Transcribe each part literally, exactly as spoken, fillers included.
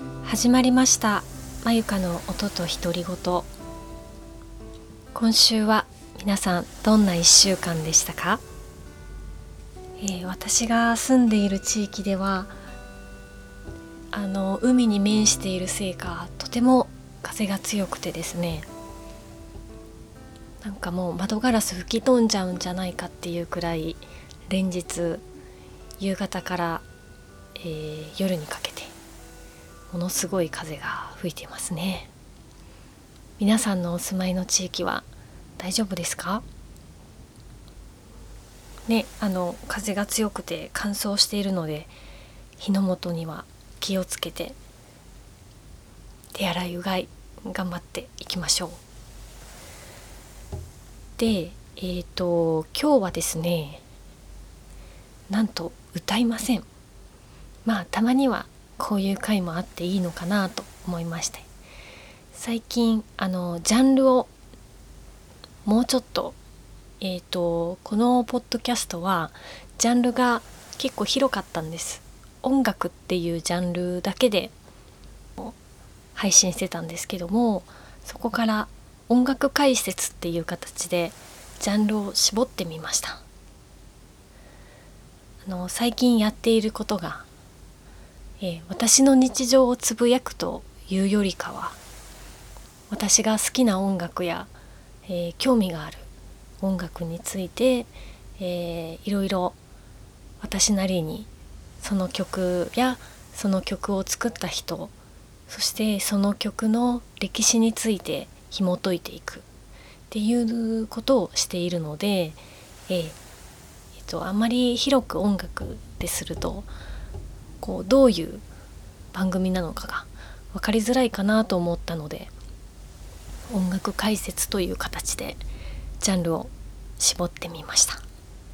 始まりました。まゆかの音と独り言。今週は皆さんどんないっしゅうかんでしたか？えー、私が住んでいる地域ではあの海に面しているせいかとても風が強くてですね、なんかもう窓ガラス吹き飛んじゃうんじゃないかっていうくらい連日夕方から、えー、夜にかけてものすごい風が吹いていますね。皆さんのお住まいの地域は大丈夫ですかね。あの風が強くて乾燥しているので火の元には気をつけて手洗いうがい頑張っていきましょう。で、えーと今日はですね、なんと歌いません。まあたまにはこういう回もあっていいのかなと思いまして、最近あのジャンルをもうちょっとえーとこのポッドキャストはジャンルが結構広かったんです。音楽っていうジャンルだけで配信してたんですけども、そこから音楽解説っていう形でジャンルを絞ってみました。あの最近やっていることが、えー、私の日常をつぶやくというよりかは、私が好きな音楽や、えー、興味がある音楽について、えー、いろいろ私なりにその曲やその曲を作った人、そしてその曲の歴史について紐解いていくっていうことをしているので、えーえっと、あまり広く音楽でするとこうどういう番組なのかが分かりづらいかなと思ったので、音楽解説という形でジャンルを絞ってみました。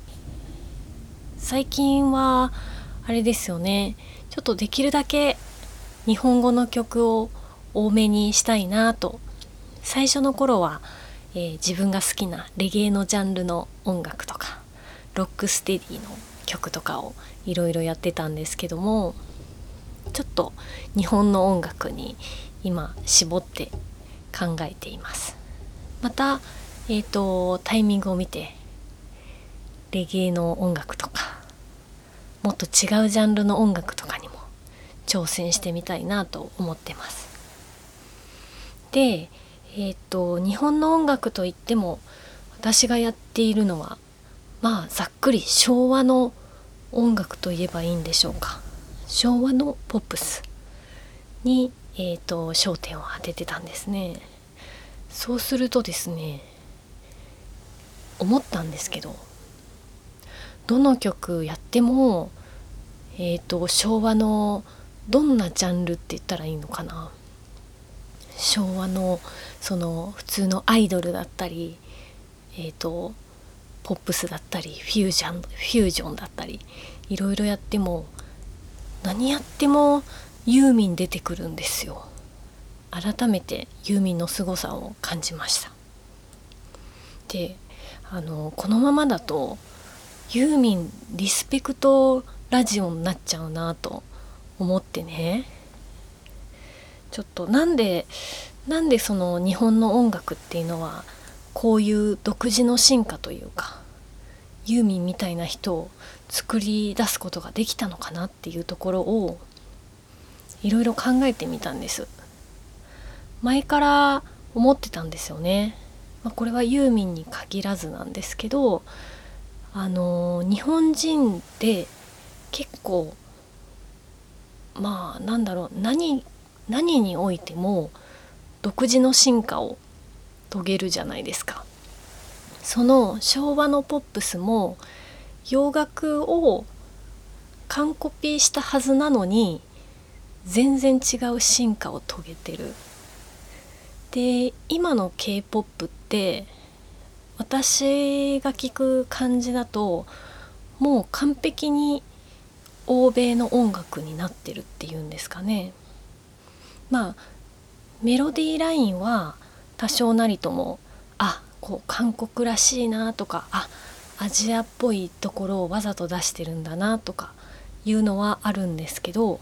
最近はあれですよね、ちょっとできるだけ日本語の曲を多めにしたいなと。最初の頃は、えー、自分が好きなレゲエのジャンルの音楽とかロックステディの曲とかをいろいろやってたんですけども、ちょっと日本の音楽に今絞って考えています。また、えーと、タイミングを見てレゲエの音楽とかもっと違うジャンルの音楽とかにも挑戦してみたいなと思ってます。で、えーと、日本の音楽といっても私がやっているのはまあざっくり昭和の音楽といえばいいんでしょうか。昭和のポップスに、えーと、焦点を当ててたんですね。そうするとですね、思ったんですけど、どの曲やっても、えーと、昭和のどんなジャンルって言ったらいいのかな。昭和のその普通のアイドルだったり、えーと、ポップスだったりフュージョン、フュージョンだったりいろいろやっても何やってもユーミン出てくるんですよ。改めてユーミンの凄さを感じました。で、あのこのままだとユーミンリスペクトラジオになっちゃうなと思ってね、ちょっとなんでなんでその日本の音楽っていうのはこういう独自の進化というかユーミンみたいな人を作り出すことができたのかなっていうところをいろいろ考えてみたんです。前から思ってたんですよね。まあ、これはユーミンに限らずなんですけど、あの日本人で結構まあなんだろう、何何においても独自の進化を遂げるじゃないですか。その昭和のポップスも洋楽を完コピーしたはずなのに全然違う進化を遂げてる。で、今の K-ポップ って私が聞く感じだともう完璧に欧米の音楽になってるっていうんですかね。まあメロディーラインは多少なりともあこう韓国らしいなとか、あアジアっぽいところをわざと出してるんだなとかいうのはあるんですけど、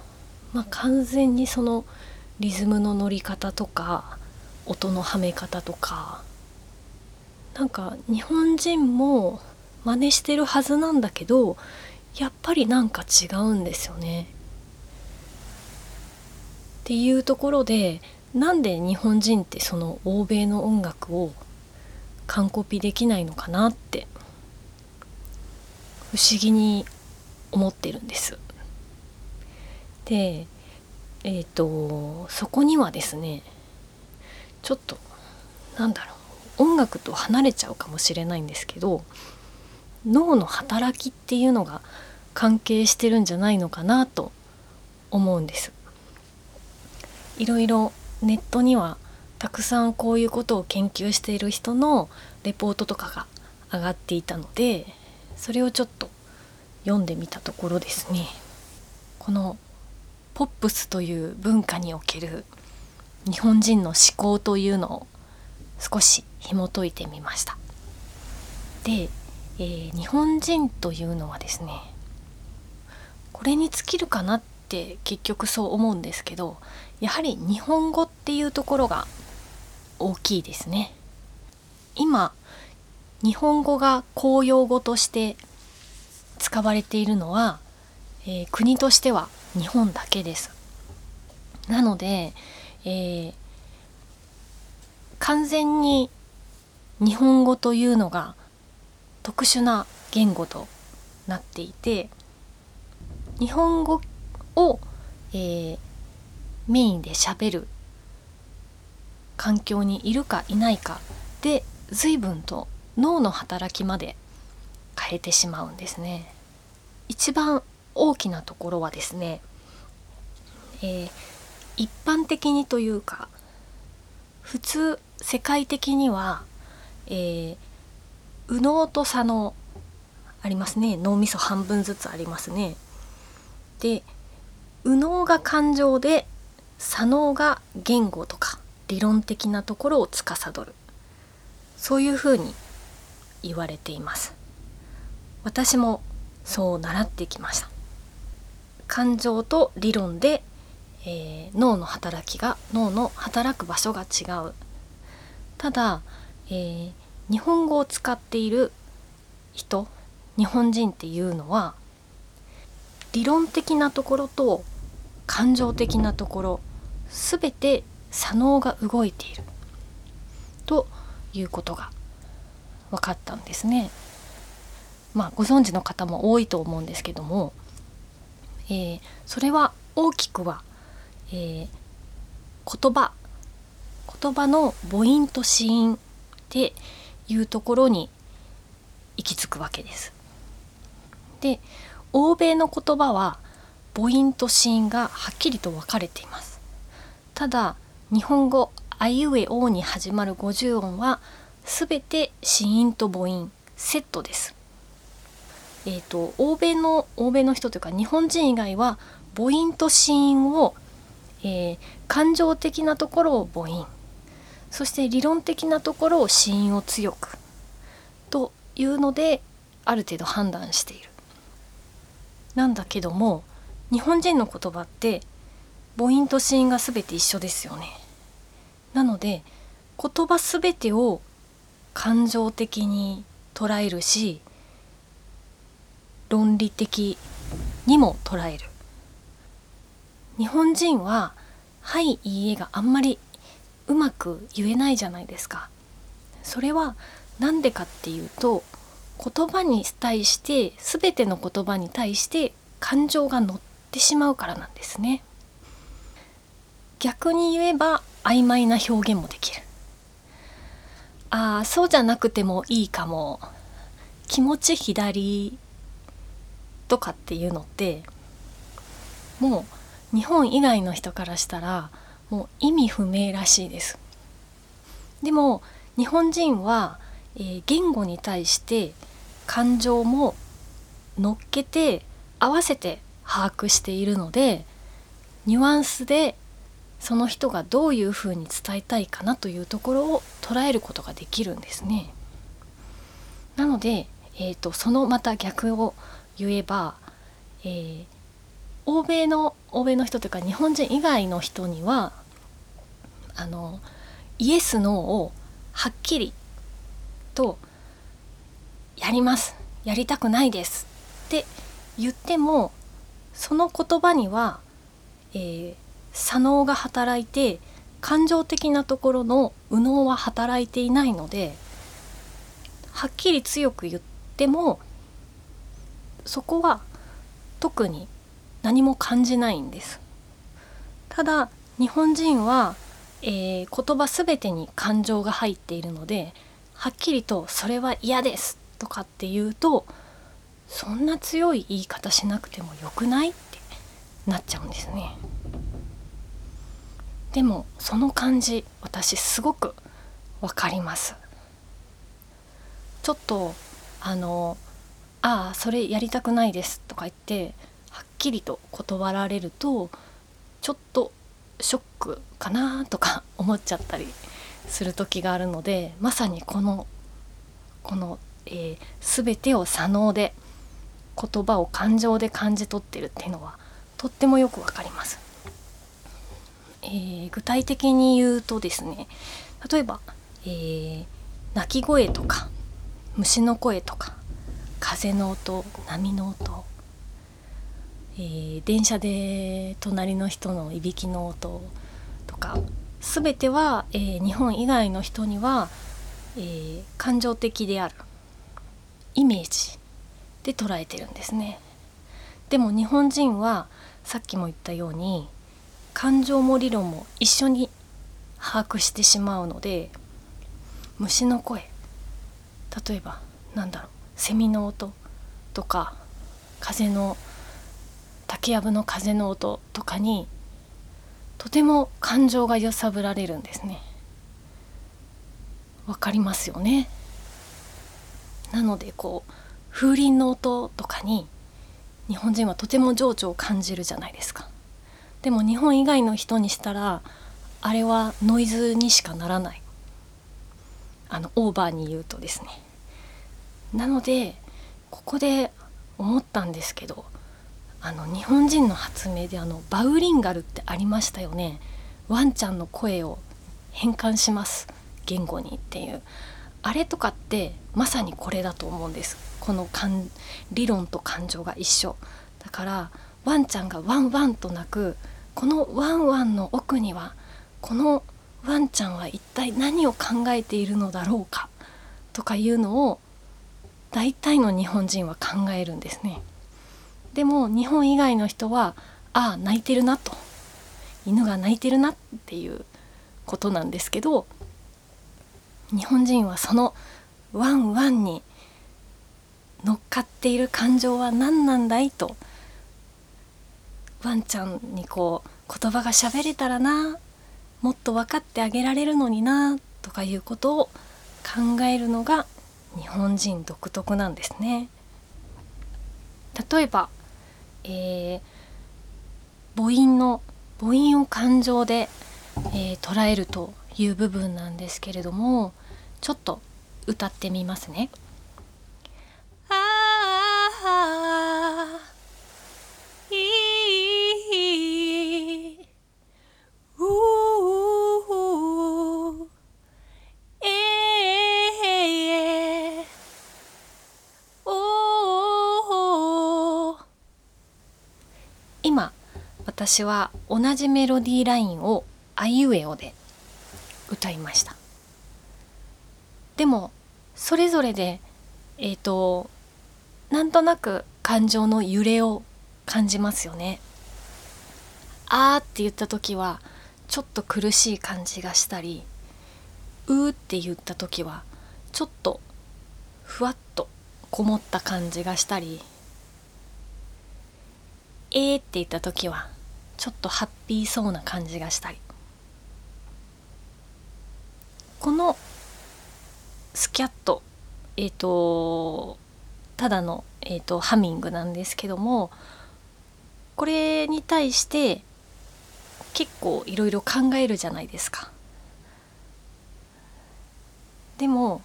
まあ、完全にそのリズムの乗り方とか音のはめ方とか、なんか日本人も真似してるはずなんだけど、やっぱりなんか違うんですよね。っていうところで、なんで日本人ってその欧米の音楽を完コピできないのかなって不思議に思ってるんです。で、えっとそこにはですね、ちょっとなんだろう、音楽と離れちゃうかもしれないんですけど、脳の働きっていうのが関係してるんじゃないのかなと思うんです。いろいろネットにはたくさんこういうことを研究している人のレポートとかが上がっていたので、それをちょっと読んでみたところですね、このポップスという文化における日本人の思考というのを少し紐解いてみました。で、えー、日本人というのはですね、これに尽きるかなって結局そう思うんですけど、やはり日本語っていうところが大きいですね。今日本語が公用語として使われているのは、えー、国としては日本だけです。なので、えー、完全に日本語というのが特殊な言語となっていて、日本語を、えー、メインで喋る環境にいるかいないかで随分と脳の働きまで変えてしまうんですね。一番大きなところはですね、えー、一般的にというか普通世界的には、えー、右脳と左脳ありますね。脳みそ半分ずつありますね。で、右脳が感情で左脳が言語とか理論的なところを司る、そういうふうに言われています。私もそう習ってきました。感情と理論で、えー、脳の働きが脳の働く場所が違う。ただ、えー、日本語を使っている人、日本人っていうのは理論的なところと感情的なところすべて左脳が動いているということが分かったんですね。まあご存知の方も多いと思うんですけども、えー、それは大きくは、えー、言葉言葉の母音と子音っていうところに行き着くわけです。で、欧米の言葉は母音と子音がはっきりと分かれています。ただ日本語あいうえおに始まるごじゅう音はすべて子音と母音セットです。えーと、欧米の欧米の人というか日本人以外は母音と子音を、えー、感情的なところを母音、そして理論的なところを子音を強くというのである程度判断している。なんだけども日本人の言葉って母音と子音が全て一緒ですよね。なので言葉全てを感情的に捉えるし論理的にも捉える。日本人ははいいいえがあんまりうまく言えないじゃないですか。それはなんでかっていうと、言葉に対して全ての言葉に対して感情が乗ってしまうからなんですね。逆に言えば曖昧な表現もできる。ああ、そうじゃなくてもいいかも、気持ち左とかっていうのってもう日本以外の人からしたらもう意味不明らしいです。でも日本人は、えー、言語に対して感情も乗っけて合わせて把握しているので、ニュアンスでその人がどういうふうに伝えたいかなというところを捉えることができるんですね。なので、えーと、そのまた逆を言えば、えー、 欧米の欧米の人というか日本人以外の人にはあのイエスノーをはっきりとやりますやりたくないですって言ってもその言葉には、えー、左脳が働いて感情的なところの右脳は働いていないのではっきり強く言ってもそこは特に何も感じないんです。ただ日本人は、えー、言葉すべてに感情が入っているのではっきりとそれは嫌ですとかって言うとそんな強い言い方しなくてもよくないってなっちゃうんですね。でもその感じ私すごくわかります。ちょっとあのああそれやりたくないですとか言ってはっきりと断られるとちょっとショックかなとか思っちゃったりする時があるのでまさにこのこの、えー、全てを左脳で言葉を感情で感じ取ってるっていうのはとってもよくわかります。えー、具体的に言うとですね例えば、えー、鳴き声とか虫の声とか風の音波の音、えー、電車で隣の人のいびきの音とか全ては、えー、日本以外の人には、えー、感情的であるイメージで捉えてるんですね。でも日本人はさっきも言ったように感情も理論も一緒に把握してしまうので虫の声例えばなんだろうセミの音とか風の竹やぶの風の音とかにとても感情が揺さぶられるんですね。わかりますよね。なのでこう風鈴の音とかに日本人はとても情緒を感じるじゃないですか。でも日本以外の人にしたらあれはノイズにしかならない、あのオーバーに言うとですね。なのでここで思ったんですけどあの日本人の発明であのバウリンガルってありましたよね。ワンちゃんの声を変換します言語にっていうあれとかってまさにこれだと思うんです。この感理論と感情が一緒だからワンちゃんがワンワンと鳴くこのワンワンの奥にはこのワンちゃんは一体何を考えているのだろうかとかいうのを大体の日本人は考えるんですね。でも日本以外の人はああ泣いてるなと犬が泣いてるなっていうことなんですけど日本人はそのワンワンに乗っかっている感情は何なんだいとワンちゃんにこう言葉が喋れたらなもっと分かってあげられるのになとかいうことを考えるのが日本人独特なんですね。例えば、えー、母音の母音を感情で、えー、捉えるという部分なんですけれどもちょっと歌ってみますね。ああいいううええお今私は同じメロディーラインをあいうえおで歌いました。でもそれぞれでえっとなんとなく感情の揺れを感じますよね。あーって言った時はちょっと苦しい感じがしたりうーって言った時はちょっとふわっとこもった感じがしたりえーって言った時はちょっとハッピーそうな感じがしたりこのスキャットえっ、ー、とただの、えーと、ハミングなんですけどもこれに対して結構いろいろ考えるじゃないですか。でも、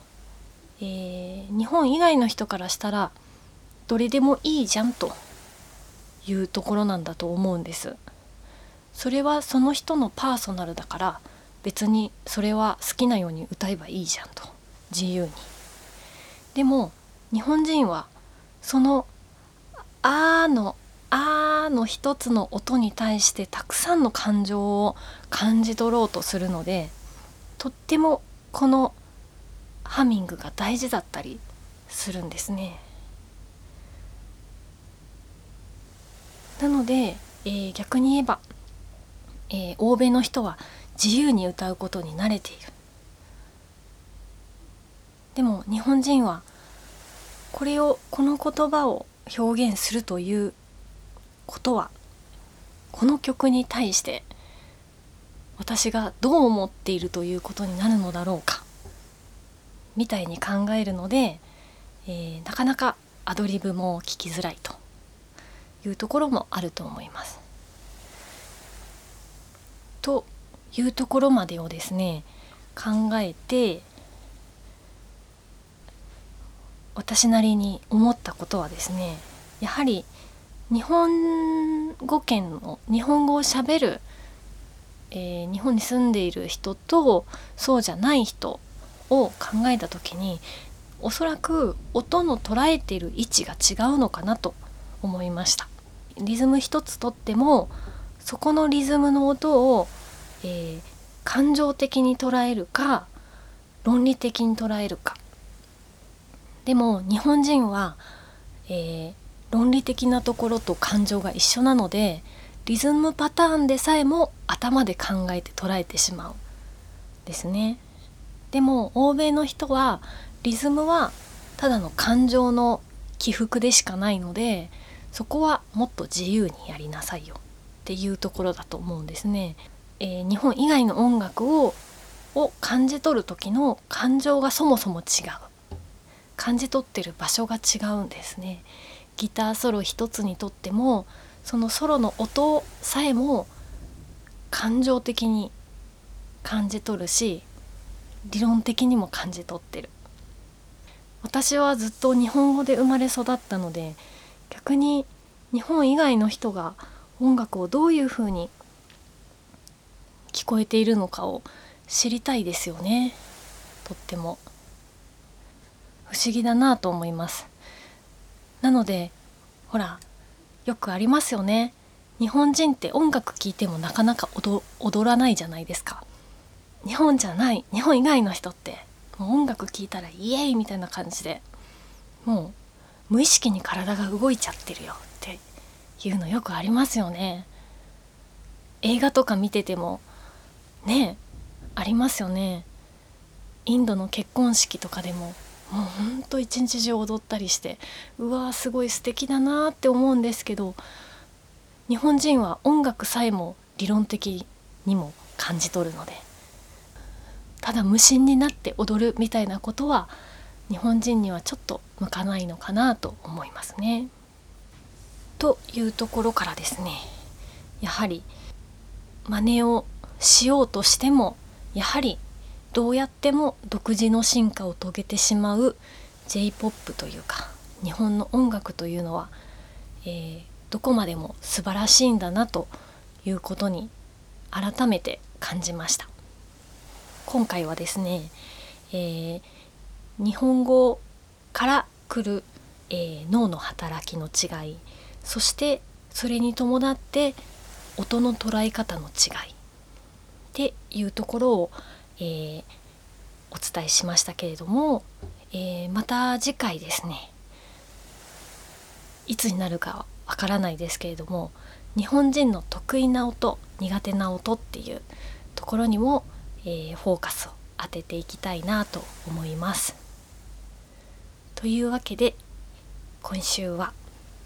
えー、日本以外の人からしたらどれでもいいじゃんというところなんだと思うんです。それはその人のパーソナルだから、別にそれは好きなように歌えばいいじゃんと、自由に。でも日本人はそのあーのあーの一つの音に対してたくさんの感情を感じ取ろうとするので、とってもこのハミングが大事だったりするんですね。なので、えー逆に言えば、えー欧米の人は自由に歌うことに慣れている。でも日本人はこれをこの言葉を表現するということは、この曲に対して私がどう思っているということになるのだろうかみたいに考えるので、えーなかなかアドリブも聞きづらいというところもあると思います。というところまでをですね考えて、私なりに思ったことはですね、やはり日本語圏の日本語をしゃべる、えー日本に住んでいる人とそうじゃない人を考えた時に、おそらく音の捉えている位置が違うのかなと思いました。リズム一つとっても、そこのリズムの音を、えー感情的に捉えるか論理的に捉えるか。でも日本人は、えー論理的なところと感情が一緒なので、リズムパターンでさえも頭で考えて捉えてしまうですね。でも欧米の人はリズムはただの感情の起伏でしかないので、そこはもっと自由にやりなさいよっていうところだと思うんですね。えー日本以外の音楽をを感じ取る時の感情がそもそも違う。感じ取ってる場所が違うんですね。ギターソロ一つにとっても、そのソロの音さえも感情的に感じ取るし、理論的にも感じ取ってる。私はずっと日本語で生まれ育ったので、逆に日本以外の人が音楽をどういうふうに聞こえているのかを知りたいですよね。とっても不思議だなと思います。なのでほら、よくありますよね。日本人って音楽聴いてもなかなか 踊, 踊らないじゃないですか。日本じゃない、日本以外の人ってもう音楽聴いたらイエーイみたいな感じで、もう無意識に体が動いちゃってるよっていうのよくありますよね。映画とか見ててもね、ありますよね。インドの結婚式とかでももうほんと一日中踊ったりして、うわーすごい素敵だなって思うんですけど、日本人は音楽さえも理論的にも感じ取るので、ただ無心になって踊るみたいなことは日本人にはちょっと向かないのかなと思いますね。というところからですね、やはり真似をしようとしても、やはりどうやっても独自の進化を遂げてしまう ジェイポップ というか日本の音楽というのは、えーどこまでも素晴らしいんだなということに改めて感じました。今回はですね、えー日本語から来る、えー脳の働きの違い、そしてそれに伴って音の捉え方の違いっていうところを、えーお伝えしましたけれども、えーまた次回ですね、いつになるかわからないですけれども、日本人の得意な音、苦手な音っていうところにも、えーフォーカスを当てていきたいなと思います。というわけで今週は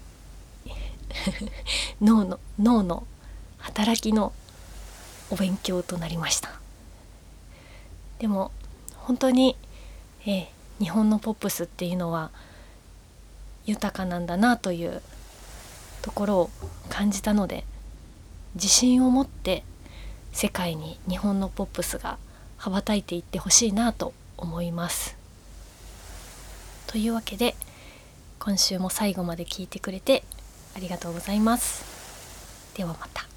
脳の脳の働きのお勉強となりました。でも本当に、えー日本のポップスっていうのは豊かなんだなというところを感じたので、自信を持って世界に日本のポップスが羽ばたいていってほしいなと思います。というわけで今週も最後まで聞いてくれてあありがとうございます。ではまた。